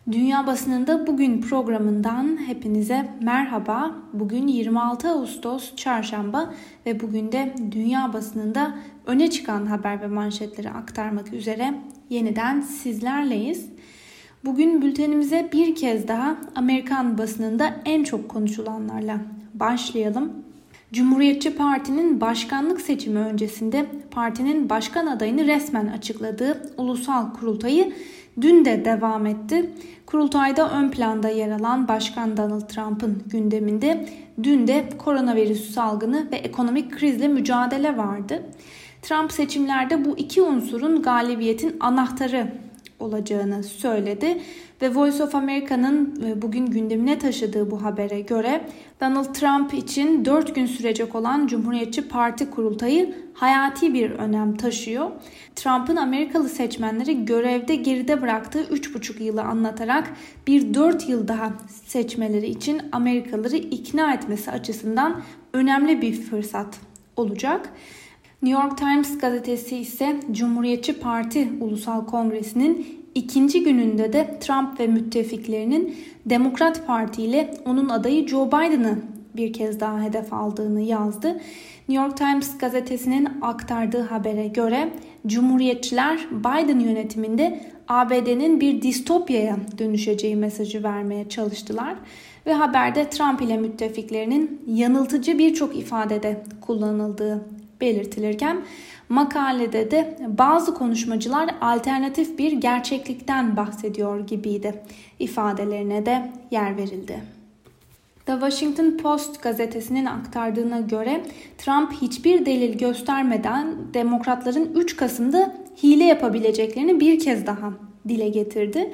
Dünya Basınında Bugün programından hepinize merhaba. Bugün 26 Ağustos Çarşamba ve bugün de Dünya Basınında öne çıkan haber ve manşetleri aktarmak üzere yeniden sizlerleyiz. Bugün bültenimize bir kez daha Amerikan basınında en çok konuşulanlarla başlayalım. Cumhuriyetçi Parti'nin başkanlık seçimi öncesinde partinin başkan adayını resmen açıkladığı ulusal kurultayı dün de devam etti. Kurultayda ön planda yer alan Başkan Donald Trump'ın gündeminde dün de koronavirüs salgını ve ekonomik krizle mücadele vardı. Trump seçimlerde bu iki unsurun galibiyetin anahtarı olacağını söyledi ve Voice of America'nın bugün gündemine taşıdığı bu habere göre Donald Trump için 4 gün sürecek olan Cumhuriyetçi Parti kurultayı hayati bir önem taşıyor. Trump'ın Amerikalı seçmenleri görevde geride bıraktığı 3,5 yılı anlatarak bir 4 yıl daha seçmeleri için Amerikalıları ikna etmesi açısından önemli bir fırsat olacak. New York Times gazetesi ise Cumhuriyetçi Parti Ulusal Kongresi'nin ikinci gününde de Trump ve müttefiklerinin Demokrat Parti ile onun adayı Joe Biden'ı bir kez daha hedef aldığını yazdı. New York Times gazetesinin aktardığı habere göre Cumhuriyetçiler Biden yönetiminde ABD'nin bir distopyaya dönüşeceği mesajı vermeye çalıştılar ve haberde Trump ile müttefiklerinin yanıltıcı birçok ifadede kullanıldığı belirtilirken makalede de bazı konuşmacılar alternatif bir gerçeklikten bahsediyor gibiydi. İfadelerine de yer verildi. The Washington Post gazetesinin aktardığına göre Trump hiçbir delil göstermeden Demokratların 3 Kasım'da hile yapabileceklerini bir kez daha dile getirdi.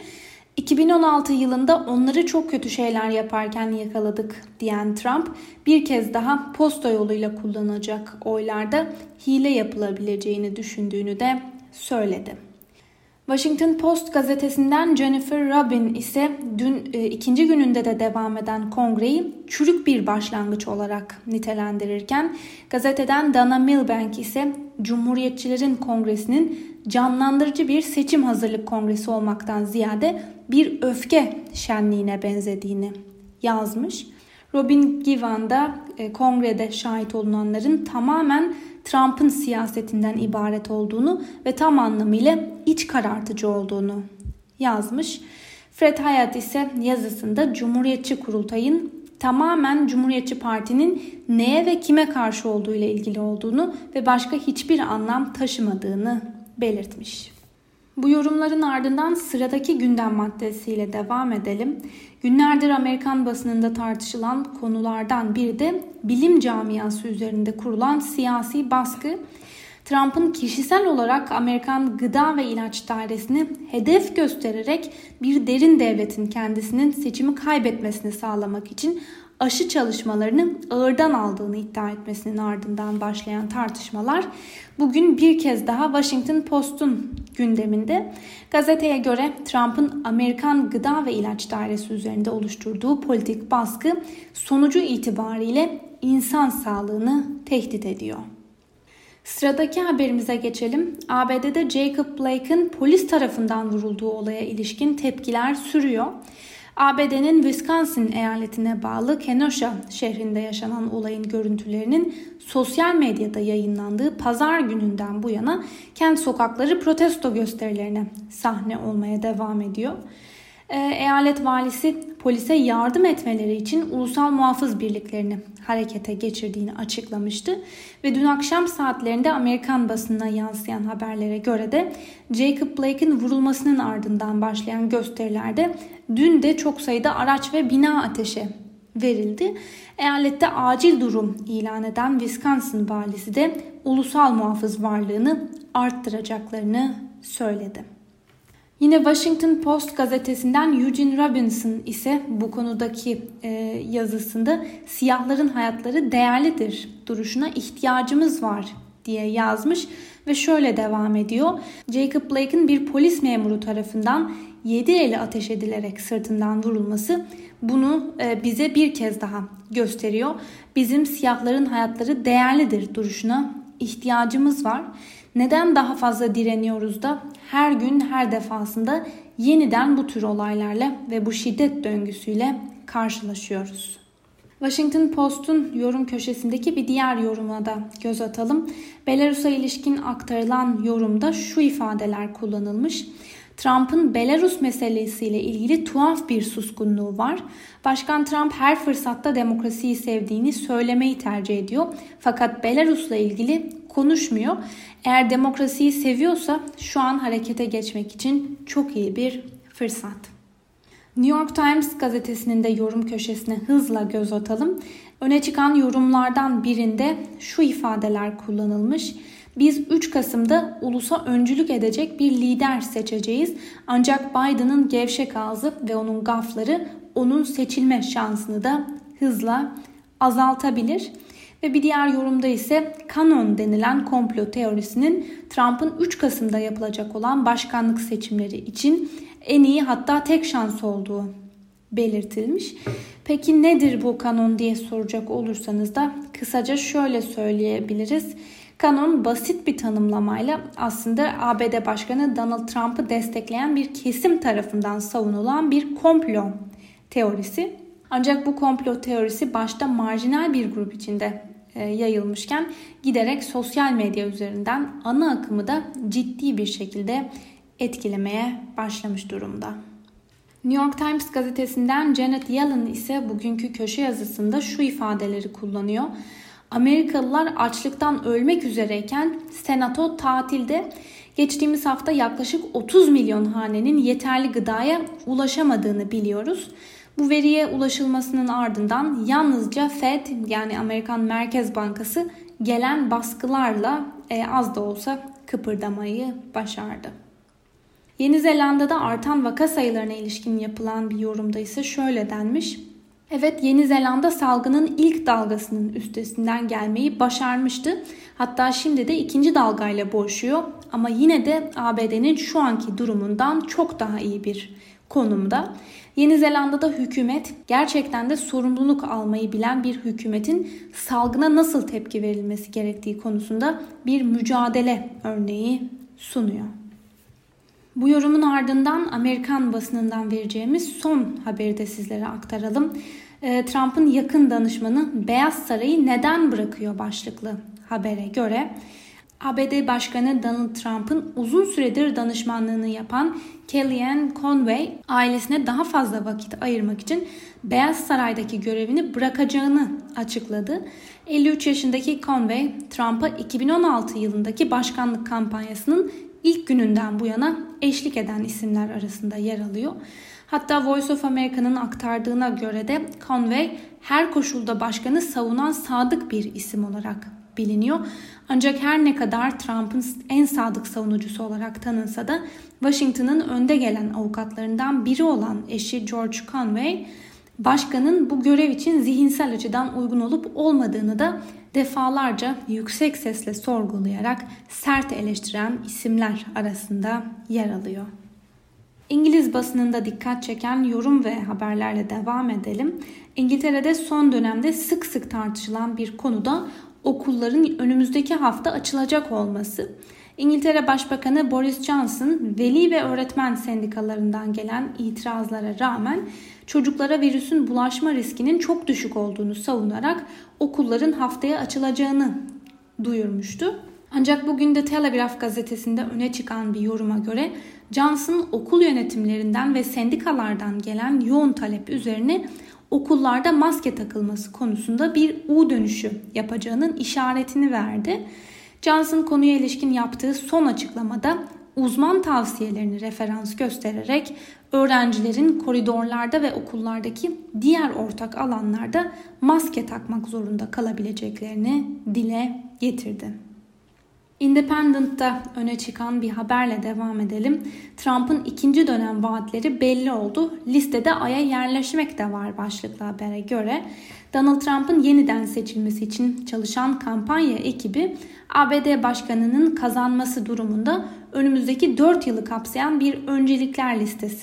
2016 yılında onları çok kötü şeyler yaparken yakaladık diyen Trump bir kez daha posta yoluyla kullanılacak oylarda hile yapılabileceğini düşündüğünü de söyledi. Washington Post gazetesinden Jennifer Rubin ise dün ikinci gününde de devam eden kongreyi çürük bir başlangıç olarak nitelendirirken gazeteden Dana Milbank ise Cumhuriyetçilerin kongresinin canlandırıcı bir seçim hazırlık kongresi olmaktan ziyade bir öfke şenliğine benzediğini yazmış. Robin Givhan da kongrede şahit olunanların tamamen Trump'ın siyasetinden ibaret olduğunu ve tam anlamıyla iç karartıcı olduğunu yazmış. Fred Hayat ise yazısında Cumhuriyetçi Kurultay'ın tamamen Cumhuriyetçi Parti'nin neye ve kime karşı olduğu ile ilgili olduğunu ve başka hiçbir anlam taşımadığını belirtmiş. Bu yorumların ardından sıradaki gündem maddesiyle devam edelim. Günlerdir Amerikan basınında tartışılan konulardan biri de bilim camiası üzerinde kurulan siyasi baskı. Trump'ın kişisel olarak Amerikan Gıda ve İlaç Dairesi'ni hedef göstererek bir derin devletin kendisinin seçimi kaybetmesini sağlamak için aşı çalışmalarını ağırdan aldığını iddia etmesinin ardından başlayan tartışmalar bugün bir kez daha Washington Post'un gündeminde. Gazeteye göre Trump'ın Amerikan Gıda ve İlaç Dairesi üzerinde oluşturduğu politik baskı sonucu itibariyle insan sağlığını tehdit ediyor. Sıradaki haberimize geçelim. ABD'de Jacob Blake'ın polis tarafından vurulduğu olaya ilişkin tepkiler sürüyor. ABD'nin Wisconsin eyaletine bağlı Kenosha şehrinde yaşanan olayın görüntülerinin sosyal medyada yayınlandığı pazar gününden bu yana kent sokakları protesto gösterilerine sahne olmaya devam ediyor. Eyalet valisi polise yardım etmeleri için ulusal muhafız birliklerini harekete geçirdiğini açıklamıştı ve dün akşam saatlerinde Amerikan basınına yansıyan haberlere göre de Jacob Blake'in vurulmasının ardından başlayan gösterilerde dün de çok sayıda araç ve bina ateşe verildi. Eyalette acil durum ilan eden Wisconsin valisi de ulusal muhafız varlığını arttıracaklarını söyledi. Yine Washington Post gazetesinden Eugene Robinson ise bu konudaki yazısında siyahların hayatları değerlidir duruşuna ihtiyacımız var diye yazmış ve şöyle devam ediyor. Jacob Blake'ın bir polis memuru tarafından 7 eli ateş edilerek sırtından vurulması bunu bize bir kez daha gösteriyor. Bizim siyahların hayatları değerlidir duruşuna ihtiyacımız var. Neden daha fazla direniyoruz da her gün her defasında yeniden bu tür olaylarla ve bu şiddet döngüsüyle karşılaşıyoruz? Washington Post'un yorum köşesindeki bir diğer yoruma da göz atalım. Belarus'a ilişkin aktarılan yorumda şu ifadeler kullanılmış. Trump'ın Belarus meselesiyle ilgili tuhaf bir suskunluğu var. Başkan Trump her fırsatta demokrasiyi sevdiğini söylemeyi tercih ediyor. Fakat Belarus'la ilgili konuşmuyor. Eğer demokrasiyi seviyorsa şu an harekete geçmek için çok iyi bir fırsat. New York Times gazetesinin de yorum köşesine hızla göz atalım. Öne çıkan yorumlardan birinde şu ifadeler kullanılmış. Biz 3 Kasım'da ulusa öncülük edecek bir lider seçeceğiz. Ancak Biden'ın gevşek ağzı ve onun gafları onun seçilme şansını da hızla azaltabilir. Ve bir diğer yorumda ise Kanon denilen komplo teorisinin Trump'ın 3 Kasım'da yapılacak olan başkanlık seçimleri için en iyi hatta tek şans olduğu belirtilmiş. Peki nedir bu kanon diye soracak olursanız da kısaca şöyle söyleyebiliriz. Kanon basit bir tanımlamayla aslında ABD Başkanı Donald Trump'ı destekleyen bir kesim tarafından savunulan bir komplo teorisi. Ancak bu komplo teorisi başta marjinal bir grup içinde yayılmışken giderek sosyal medya üzerinden ana akımı da ciddi bir şekilde etkilemeye başlamış durumda. New York Times gazetesinden Janet Yellen ise bugünkü köşe yazısında şu ifadeleri kullanıyor. Amerikalılar açlıktan ölmek üzereyken Senato tatilde. Geçtiğimiz hafta yaklaşık 30 milyon hanenin yeterli gıdaya ulaşamadığını biliyoruz. Bu veriye ulaşılmasının ardından yalnızca Fed yani Amerikan Merkez Bankası gelen baskılarla az da olsa kıpırdamayı başardı. Yeni Zelanda'da artan vaka sayılarına ilişkin yapılan bir yorumda ise şöyle denmiş. Evet, Yeni Zelanda salgının ilk dalgasının üstesinden gelmeyi başarmıştı. Hatta şimdi de ikinci dalgayla boğuşuyor ama yine de ABD'nin şu anki durumundan çok daha iyi bir konumda. Yeni Zelanda'da hükümet gerçekten de sorumluluk almayı bilen bir hükümetin salgına nasıl tepki verilmesi gerektiği konusunda bir mücadele örneği sunuyor. Bu yorumun ardından Amerikan basınından vereceğimiz son haberi de sizlere aktaralım. Trump'ın yakın danışmanı Beyaz Sarayı neden bırakıyor başlıklı habere göre ABD Başkanı Donald Trump'ın uzun süredir danışmanlığını yapan Kellyanne Conway ailesine daha fazla vakit ayırmak için Beyaz Saray'daki görevini bırakacağını açıkladı. 53 yaşındaki Conway, Trump'a 2016 yılındaki başkanlık kampanyasının ilk gününden bu yana eşlik eden isimler arasında yer alıyor. Hatta Voice of America'nın aktardığına göre de Conway her koşulda başkanı savunan sadık bir isim olarak biliniyor. Ancak her ne kadar Trump'ın en sadık savunucusu olarak tanınsa da Washington'ın önde gelen avukatlarından biri olan eşi George Conway, başkanın bu görev için zihinsel açıdan uygun olup olmadığını da defalarca yüksek sesle sorgulayarak sert eleştiren isimler arasında yer alıyor. İngiliz basınında dikkat çeken yorum ve haberlerle devam edelim. İngiltere'de son dönemde sık sık tartışılan bir konu da okulların önümüzdeki hafta açılacak olması. İngiltere Başbakanı Boris Johnson, veli ve öğretmen sendikalarından gelen itirazlara rağmen çocuklara virüsün bulaşma riskinin çok düşük olduğunu savunarak okulların haftaya açılacağını duyurmuştu. Ancak bugün de Telegraph gazetesinde öne çıkan bir yoruma göre Johnson okul yönetimlerinden ve sendikalardan gelen yoğun talep üzerine okullarda maske takılması konusunda bir U dönüşü yapacağının işaretini verdi. Johnson konuya ilişkin yaptığı son açıklamada uzman tavsiyelerini referans göstererek öğrencilerin koridorlarda ve okullardaki diğer ortak alanlarda maske takmak zorunda kalabileceklerini dile getirdi. Independent'ta öne çıkan bir haberle devam edelim. Trump'ın ikinci dönem vaatleri belli oldu. Listede Ay'a yerleşmek de var başlıklı habere göre. Donald Trump'ın yeniden seçilmesi için çalışan kampanya ekibi ABD Başkanı'nın kazanması durumunda önümüzdeki 4 yılı kapsayan bir öncelikler listesi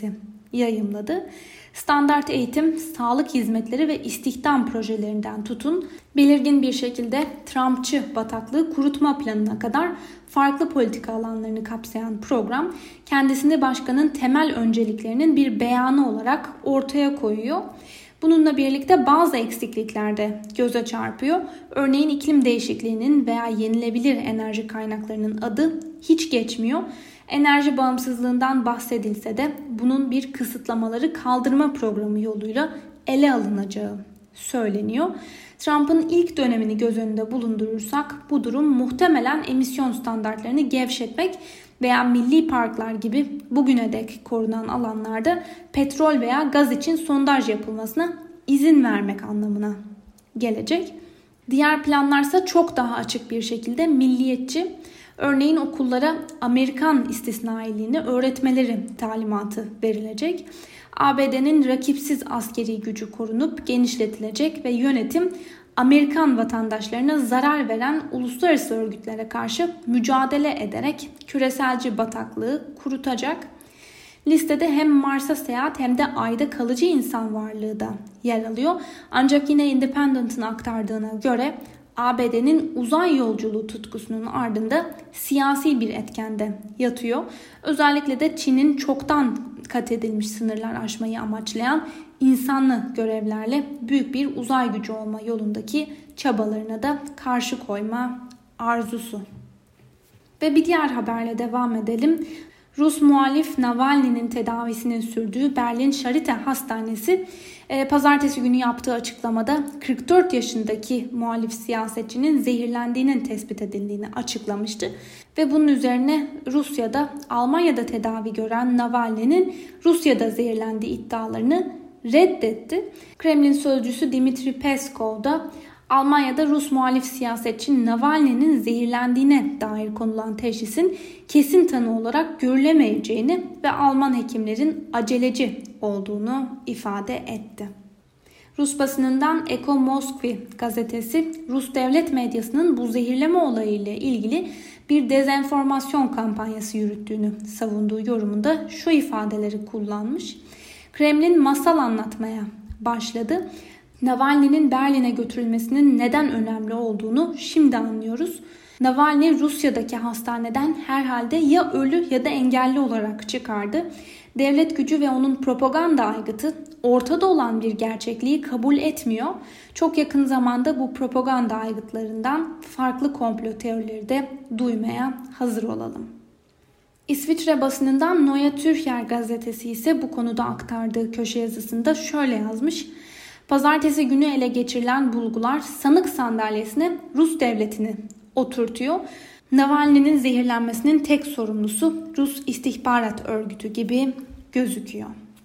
yayımladı. Standart eğitim, sağlık hizmetleri ve istihdam projelerinden tutun, belirgin bir şekilde Trumpçı bataklığı kurutma planına kadar farklı politika alanlarını kapsayan program, kendisini başkanın temel önceliklerinin bir beyanı olarak ortaya koyuyor. Bununla birlikte bazı eksiklikler de göze çarpıyor. Örneğin iklim değişikliğinin veya yenilebilir enerji kaynaklarının adı hiç geçmiyor. Enerji bağımsızlığından bahsedilse de bunun bir kısıtlamaları kaldırma programı yoluyla ele alınacağı söyleniyor. Trump'ın ilk dönemini göz önünde bulundurursak bu durum muhtemelen emisyon standartlarını gevşetmek veya milli parklar gibi bugüne dek korunan alanlarda petrol veya gaz için sondaj yapılmasına izin vermek anlamına gelecek. Diğer planlarsa çok daha açık bir şekilde milliyetçi. Örneğin okullara Amerikan istisnailiğini öğretmeleri talimatı verilecek. ABD'nin rakipsiz askeri gücü korunup genişletilecek ve yönetim Amerikan vatandaşlarına zarar veren uluslararası örgütlere karşı mücadele ederek küreselci bataklığı kurutacak. Listede hem Mars'a seyahat hem de Ay'da kalıcı insan varlığı da yer alıyor. Ancak yine Independent'ın aktardığına göre ABD'nin uzay yolculuğu tutkusunun ardında siyasi bir etken de yatıyor. Özellikle de Çin'in çoktan kat edilmiş sınırlar aşmayı amaçlayan insanlı görevlerle büyük bir uzay gücü olma yolundaki çabalarına da karşı koyma arzusu. Ve bir diğer haberle devam edelim. Rus muhalif Navalny'nin tedavisinin sürdüğü Berlin Charité Hastanesi pazartesi günü yaptığı açıklamada 44 yaşındaki muhalif siyasetçinin zehirlendiğinin tespit edildiğini açıklamıştı. Ve bunun üzerine Rusya'da Almanya'da tedavi gören Navalny'nin Rusya'da zehirlendiği iddialarını reddetti. Kremlin sözcüsü Dmitri Peskov da Almanya'da Rus muhalif siyasetçi Navalny'nin zehirlendiğine dair konulan teşhisin kesin tanı olarak görülemeyeceğini ve Alman hekimlerin aceleci olduğunu ifade etti. Rus basınından Eko Moskvi gazetesi Rus devlet medyasının bu zehirleme olayıyla ilgili bir dezenformasyon kampanyası yürüttüğünü savunduğu yorumunda şu ifadeleri kullanmış. Kremlin masal anlatmaya başladı. Navalny'nin Berlin'e götürülmesinin neden önemli olduğunu şimdi anlıyoruz. Navalny Rusya'daki hastaneden herhalde ya ölü ya da engelli olarak çıkardı. Devlet gücü ve onun propaganda aygıtı ortada olan bir gerçekliği kabul etmiyor. Çok yakın zamanda bu propaganda aygıtlarından farklı komplo teorileri de duymaya hazır olalım. İsviçre basınından Neue Zürcher gazetesi ise bu konuda aktardığı köşe yazısında şöyle yazmış. Pazartesi günü ele geçirilen bulgular sanık sandalyesine Rus devletini oturtuyor. Navalny'nin zehirlenmesinin tek sorumlusu Rus istihbarat örgütü gibi gözüküyor.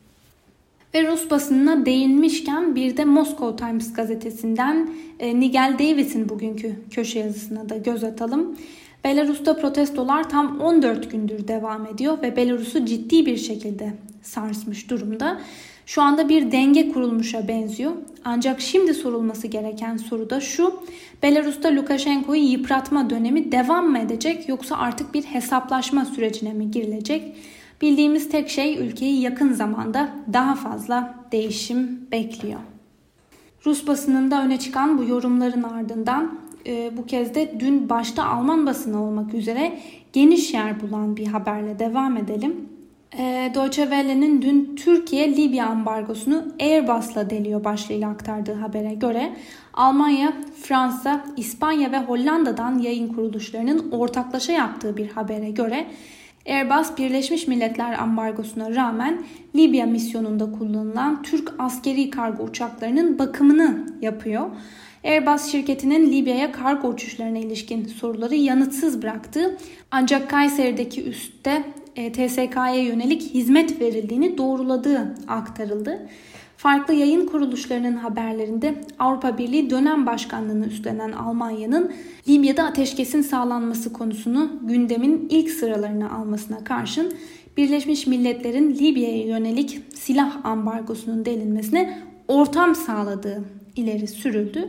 Ve Rus basınına değinmişken bir de Moscow Times gazetesinden Nigel Davis'in bugünkü köşe yazısına da göz atalım. Belarus'ta protestolar tam 14 gündür devam ediyor ve Belarus'u ciddi bir şekilde sarsmış durumda. Şu anda bir denge kurulmuşa benziyor. Ancak şimdi sorulması gereken soru da şu. Belarus'ta Lukashenko'yu yıpratma dönemi devam mı edecek yoksa artık bir hesaplaşma sürecine mi girilecek? Bildiğimiz tek şey ülkeyi yakın zamanda daha fazla değişim bekliyor. Rus basınında öne çıkan bu yorumların ardından bu kez de dün başta Alman basını olmak üzere geniş yer bulan bir haberle devam edelim. Deutsche Welle'nin dün Türkiye-Libya ambargosunu Airbus'la deliyor başlığıyla aktardığı habere göre Almanya, Fransa, İspanya ve Hollanda'dan yayın kuruluşlarının ortaklaşa yaptığı bir habere göre Airbus Birleşmiş Milletler ambargosuna rağmen Libya misyonunda kullanılan Türk askeri kargo uçaklarının bakımını yapıyor. Airbus şirketinin Libya'ya kargo uçuşlarına ilişkin soruları yanıtsız bıraktığı ancak Kayseri'deki üste TSK'ya yönelik hizmet verildiğini doğruladığı aktarıldı. Farklı yayın kuruluşlarının haberlerinde Avrupa Birliği dönem başkanlığını üstlenen Almanya'nın Libya'da ateşkesin sağlanması konusunu gündemin ilk sıralarına almasına karşın Birleşmiş Milletler'in Libya'ya yönelik silah ambargosunun delinmesine ortam sağladığı ileri sürüldü.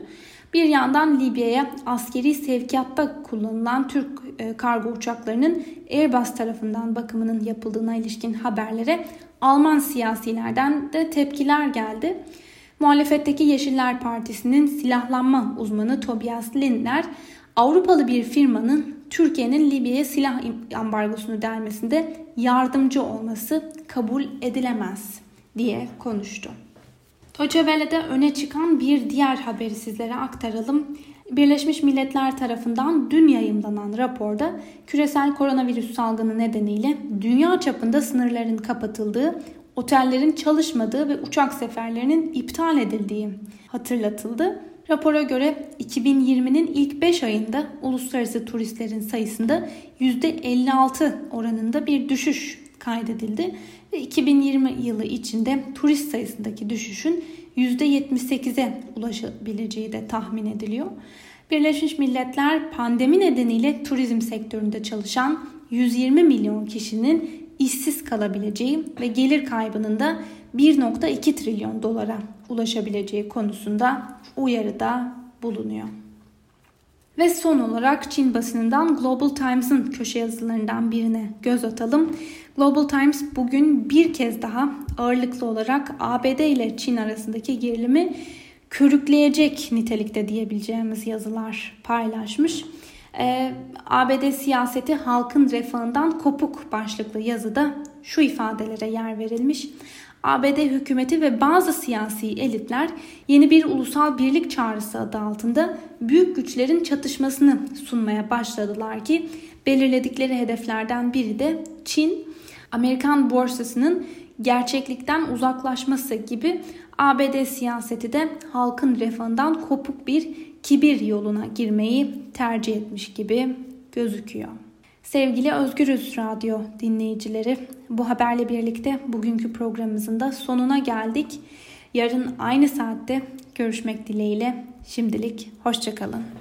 Bir yandan Libya'ya askeri sevkiyatta kullanılan Türk kargo uçaklarının Airbus tarafından bakımının yapıldığına ilişkin haberlere Alman siyasilerden de tepkiler geldi. Muhalefetteki Yeşiller Partisi'nin silahlanma uzmanı Tobias Lindner, Avrupalı bir firmanın Türkiye'nin Libya'ya silah ambargosunu delmesinde yardımcı olması kabul edilemez diye konuştu. Deutsche Welle'de öne çıkan bir diğer haberi sizlere aktaralım. Birleşmiş Milletler tarafından dün yayımlanan raporda küresel koronavirüs salgını nedeniyle dünya çapında sınırların kapatıldığı, otellerin çalışmadığı ve uçak seferlerinin iptal edildiği hatırlatıldı. Rapora göre 2020'nin ilk 5 ayında uluslararası turistlerin sayısında %56 oranında bir düşüş kaydedildi ve 2020 yılı içinde turist sayısındaki düşüşün %78'e ulaşabileceği de tahmin ediliyor. Birleşmiş Milletler pandemi nedeniyle turizm sektöründe çalışan 120 milyon kişinin işsiz kalabileceği ve gelir kaybının da 1,2 trilyon dolara ulaşabileceği konusunda uyarıda bulunuyor. Ve son olarak Çin basınından Global Times'ın köşe yazılarından birine göz atalım. Global Times bugün bir kez daha ağırlıklı olarak ABD ile Çin arasındaki gerilimi körükleyecek nitelikte diyebileceğimiz yazılar paylaşmış. ABD siyaseti halkın refahından kopuk başlıklı yazıda şu ifadelere yer verilmiş. ABD hükümeti ve bazı siyasi elitler yeni bir ulusal birlik çağrısı adı altında büyük güçlerin çatışmasını sunmaya başladılar ki belirledikleri hedeflerden biri de Çin, Amerikan borsasının gerçeklikten uzaklaşması gibi ABD siyaseti de halkın refahından kopuk bir kibir yoluna girmeyi tercih etmiş gibi gözüküyor. Sevgili Özgürüz Radyo dinleyicileri, bu haberle birlikte bugünkü programımızın da sonuna geldik. Yarın aynı saatte görüşmek dileğiyle. Şimdilik hoşça kalın.